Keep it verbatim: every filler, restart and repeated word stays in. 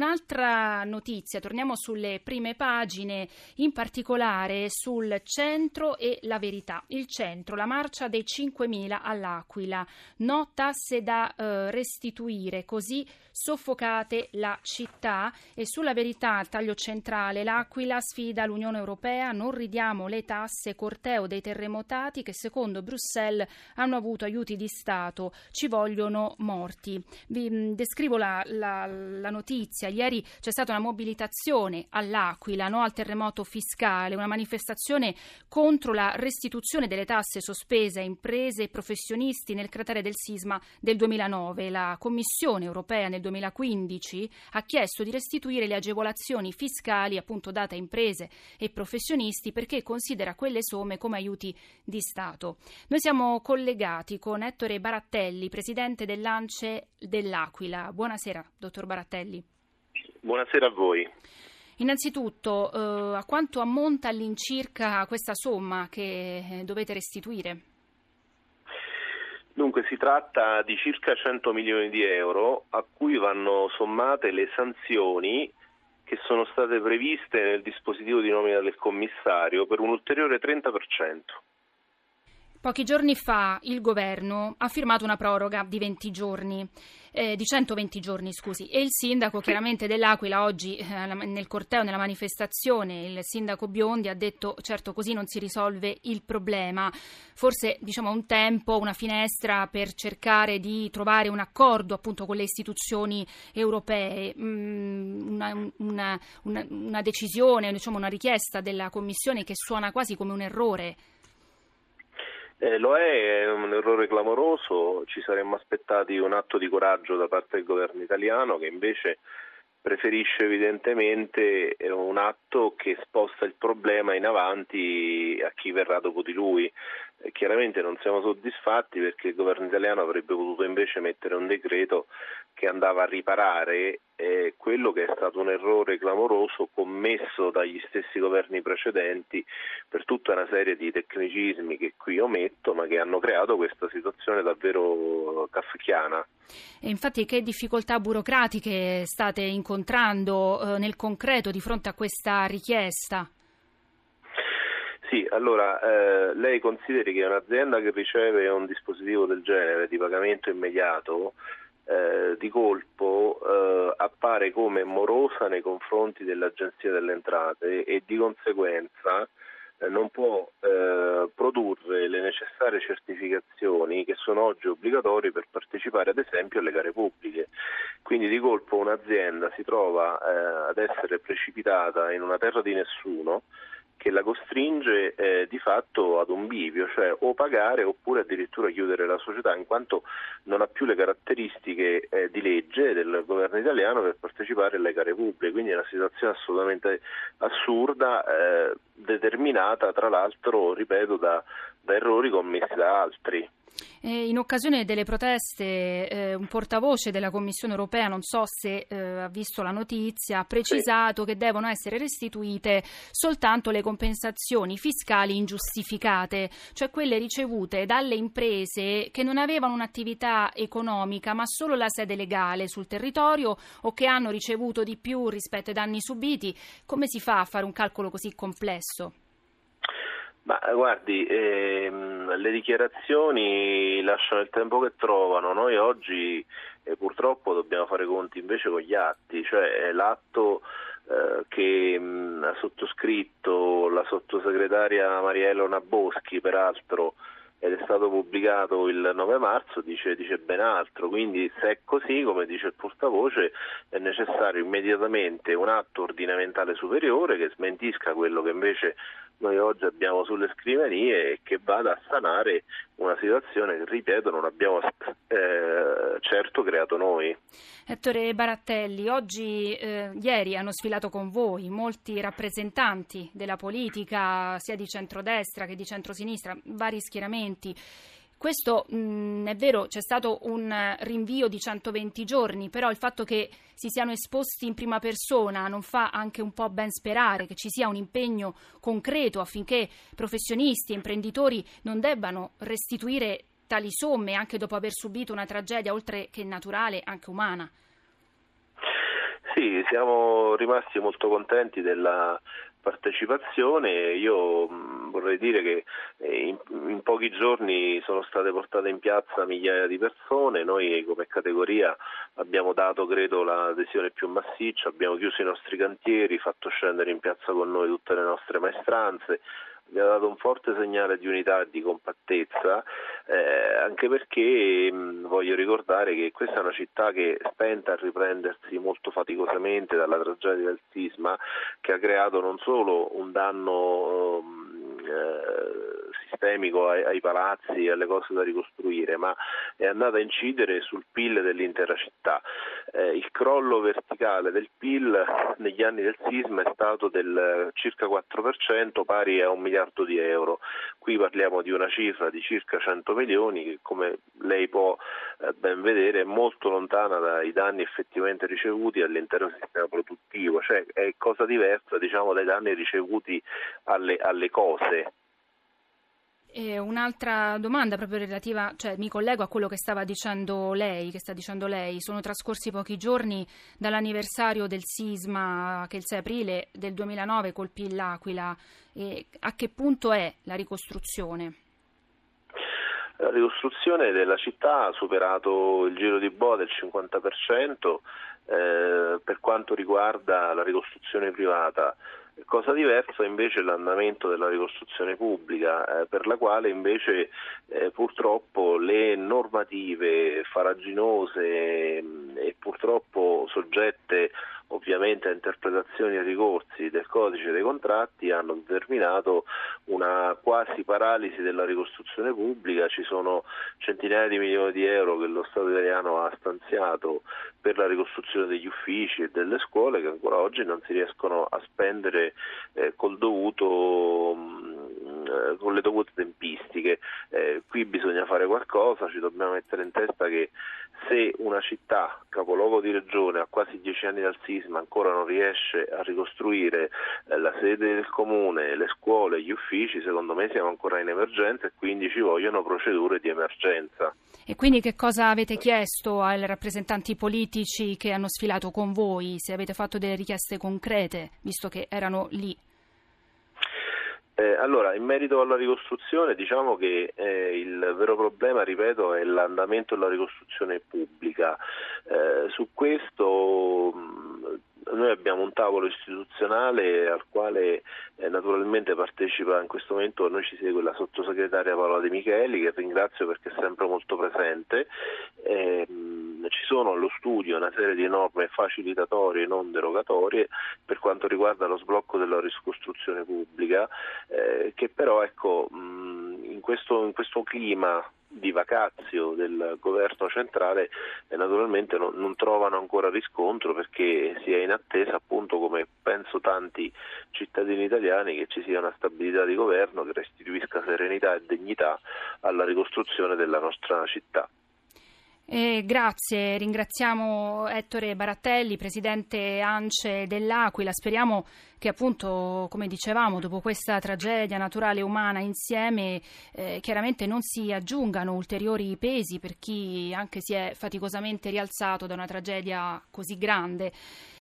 un'altra notizia, torniamo sulle prime pagine, in particolare sul Centro e la Verità. Il Centro, la marcia dei cinquemila all'Aquila, no tasse da eh, restituire, così soffocate la città. E sulla Verità, il taglio centrale, l'Aquila sfida l'Unione Europea, non ridiamo le tasse, corteo dei terremotati che secondo Bruxelles hanno avuto aiuti di Stato, ci vogliono morti. Vi mh, descrivo la, la, la notizia. Ieri c'è stata una mobilitazione all'Aquila, no al terremoto fiscale, una manifestazione contro la restituzione delle tasse sospese a imprese e professionisti nel cratere del sisma del duemilanove. La Commissione Europea nel duemilaquindici ha chiesto di restituire le agevolazioni fiscali appunto date a imprese e professionisti perché considera quelle somme come aiuti di Stato. Noi siamo collegati con Ettore Barattelli, presidente dell'ANCE dell'Aquila. Buonasera, dottor Barattelli. Buonasera a voi. Innanzitutto, eh, a quanto ammonta all'incirca questa somma che dovete restituire? Dunque si tratta di circa cento milioni di euro a cui vanno sommate le sanzioni che sono state previste nel dispositivo di nomina del commissario per un ulteriore trenta per cento. Pochi giorni fa il governo ha firmato una proroga di venti giorni, eh, di centoventi giorni, scusi, e il sindaco chiaramente dell'Aquila oggi eh, nel corteo, nella manifestazione, il sindaco Biondi ha detto certo così non si risolve il problema, forse diciamo un tempo, una finestra per cercare di trovare un accordo appunto con le istituzioni europee, mm, una, una, una, una decisione, diciamo una richiesta della Commissione che suona quasi come un errore. Eh, lo è, è un errore clamoroso, ci saremmo aspettati un atto di coraggio da parte del governo italiano che invece preferisce evidentemente un atto che sposta il problema in avanti a chi verrà dopo di lui. E chiaramente non siamo soddisfatti perché il governo italiano avrebbe potuto invece mettere un decreto che andava a riparare eh, quello che è stato un errore clamoroso commesso dagli stessi governi precedenti per tutta una serie di tecnicismi che qui ometto, ma che hanno creato questa situazione davvero kafkiana. E infatti che difficoltà burocratiche state incontrando eh, nel concreto di fronte a questa richiesta? Sì, allora eh, lei consideri che un'azienda che riceve un dispositivo del genere di pagamento immediato eh, di colpo eh, appare come morosa nei confronti dell'Agenzia delle Entrate e di conseguenza eh, non può eh, produrre le necessarie certificazioni che sono oggi obbligatori per partecipare ad esempio alle gare pubbliche. Quindi di colpo un'azienda si trova eh, ad essere precipitata in una terra di nessuno che la costringe eh, di fatto ad un bivio, cioè o pagare oppure addirittura chiudere la società, in quanto non ha più le caratteristiche eh, di legge del governo italiano per partecipare alle gare pubbliche. Quindi è una situazione assolutamente assurda, eh, determinata tra l'altro, ripeto, da, da errori commessi da altri. Eh, in occasione delle proteste eh, un portavoce della Commissione Europea, non so se eh, ha visto la notizia, ha precisato sì. che devono essere restituite soltanto le compensazioni fiscali ingiustificate, cioè quelle ricevute dalle imprese che non avevano un'attività economica ma solo la sede legale sul territorio o che hanno ricevuto di più rispetto ai danni subiti. Come si fa a fare un calcolo così complesso? Ma guardi, ehm, le dichiarazioni lasciano il tempo che trovano. Noi oggi eh, purtroppo dobbiamo fare conti invece con gli atti, cioè l'atto eh, che mh, ha sottoscritto la sottosegretaria Mariella Naboschi, peraltro, ed è stato pubblicato il nove marzo, dice, dice ben altro. Quindi se è così, come dice il portavoce, è necessario immediatamente un atto ordinamentale superiore che smentisca quello che invece noi oggi abbiamo sulle scrivanie e che vada a sanare una situazione che, ripeto, non abbiamo eh, certo creato noi. Ettore Barattelli, oggi, eh, ieri hanno sfilato con voi molti rappresentanti della politica, sia di centrodestra che di centrosinistra, vari schieramenti. Questo mh, è vero, c'è stato un rinvio di centoventi giorni, però il fatto che si siano esposti in prima persona non fa anche un po' ben sperare che ci sia un impegno concreto affinché professionisti e imprenditori non debbano restituire tali somme anche dopo aver subito una tragedia oltre che naturale anche umana. Sì, siamo rimasti molto contenti della partecipazione. Io mh, vorrei dire che eh, in, in pochi giorni sono state portate in piazza migliaia di persone. Noi come categoria abbiamo dato, credo, l'adesione più massiccia, abbiamo chiuso i nostri cantieri, fatto scendere in piazza con noi tutte le nostre maestranze. Mi ha dato un forte segnale di unità e di compattezza, eh, anche perché mh, voglio ricordare che questa è una città che stenta a riprendersi molto faticosamente dalla tragedia del sisma, che ha creato non solo un danno mh, eh, sistemico ai, ai palazzi e alle cose da ricostruire, ma è andata a incidere sul P I L dell'intera città. Eh, il crollo verticale del P I L negli anni del sisma è stato del circa quattro per cento, pari a un miliardo di euro. Qui parliamo di una cifra di circa cento milioni che, come lei può eh, ben vedere, è molto lontana dai danni effettivamente ricevuti all'intero sistema produttivo, cioè è cosa diversa, diciamo, dai danni ricevuti alle, alle cose. E un'altra domanda proprio relativa, cioè mi collego a quello che stava dicendo lei, che sta dicendo lei. Sono trascorsi pochi giorni dall'anniversario del sisma che il sei aprile del duemilanove colpì l'Aquila. E a che punto è la ricostruzione? La ricostruzione della città ha superato il giro di boa del cinquanta per cento eh, per quanto riguarda la ricostruzione privata. Cosa diversa invece è l'andamento della ricostruzione pubblica, eh, per la quale invece eh, purtroppo le normative farraginose mh, e purtroppo soggette ovviamente a interpretazioni e ricorsi del codice dei contratti hanno determinato una quasi paralisi della ricostruzione pubblica. Ci sono centinaia di milioni di euro che lo Stato italiano ha stanziato per la ricostruzione degli uffici e delle scuole che ancora oggi non si riescono a spendere eh, col dovuto mh, con le dovute tempistiche. Eh, qui bisogna fare qualcosa, ci dobbiamo mettere in testa che se una città, capoluogo di regione, a quasi dieci anni dal sisma ancora non riesce a ricostruire eh, la sede del comune, le scuole, gli uffici, secondo me siamo ancora in emergenza e quindi ci vogliono procedure di emergenza. E quindi che cosa avete chiesto ai rappresentanti politici che hanno sfilato con voi? Se avete fatto delle richieste concrete, visto che erano lì? Eh, allora, in merito alla ricostruzione, diciamo che eh, il vero problema, ripeto, è l'andamento della ricostruzione pubblica. Eh, su questo mh, noi abbiamo un tavolo istituzionale al quale eh, naturalmente partecipa in questo momento, noi ci segue la sottosegretaria Paola De Micheli, che ringrazio perché è sempre molto presente. Eh, Ci sono allo studio una serie di norme facilitatorie e non derogatorie per quanto riguarda lo sblocco della ricostruzione pubblica, eh, che però ecco mh, in questo, in questo clima di vacazio del governo centrale eh, naturalmente non, non trovano ancora riscontro, perché si è in attesa, appunto, come penso tanti cittadini italiani, che ci sia una stabilità di governo che restituisca serenità e dignità alla ricostruzione della nostra città. Eh, grazie, ringraziamo Ettore Barattelli, presidente ANCE dell'Aquila. Speriamo che, appunto, come dicevamo, dopo questa tragedia naturale e umana insieme, eh, chiaramente non si aggiungano ulteriori pesi per chi anche si è faticosamente rialzato da una tragedia così grande.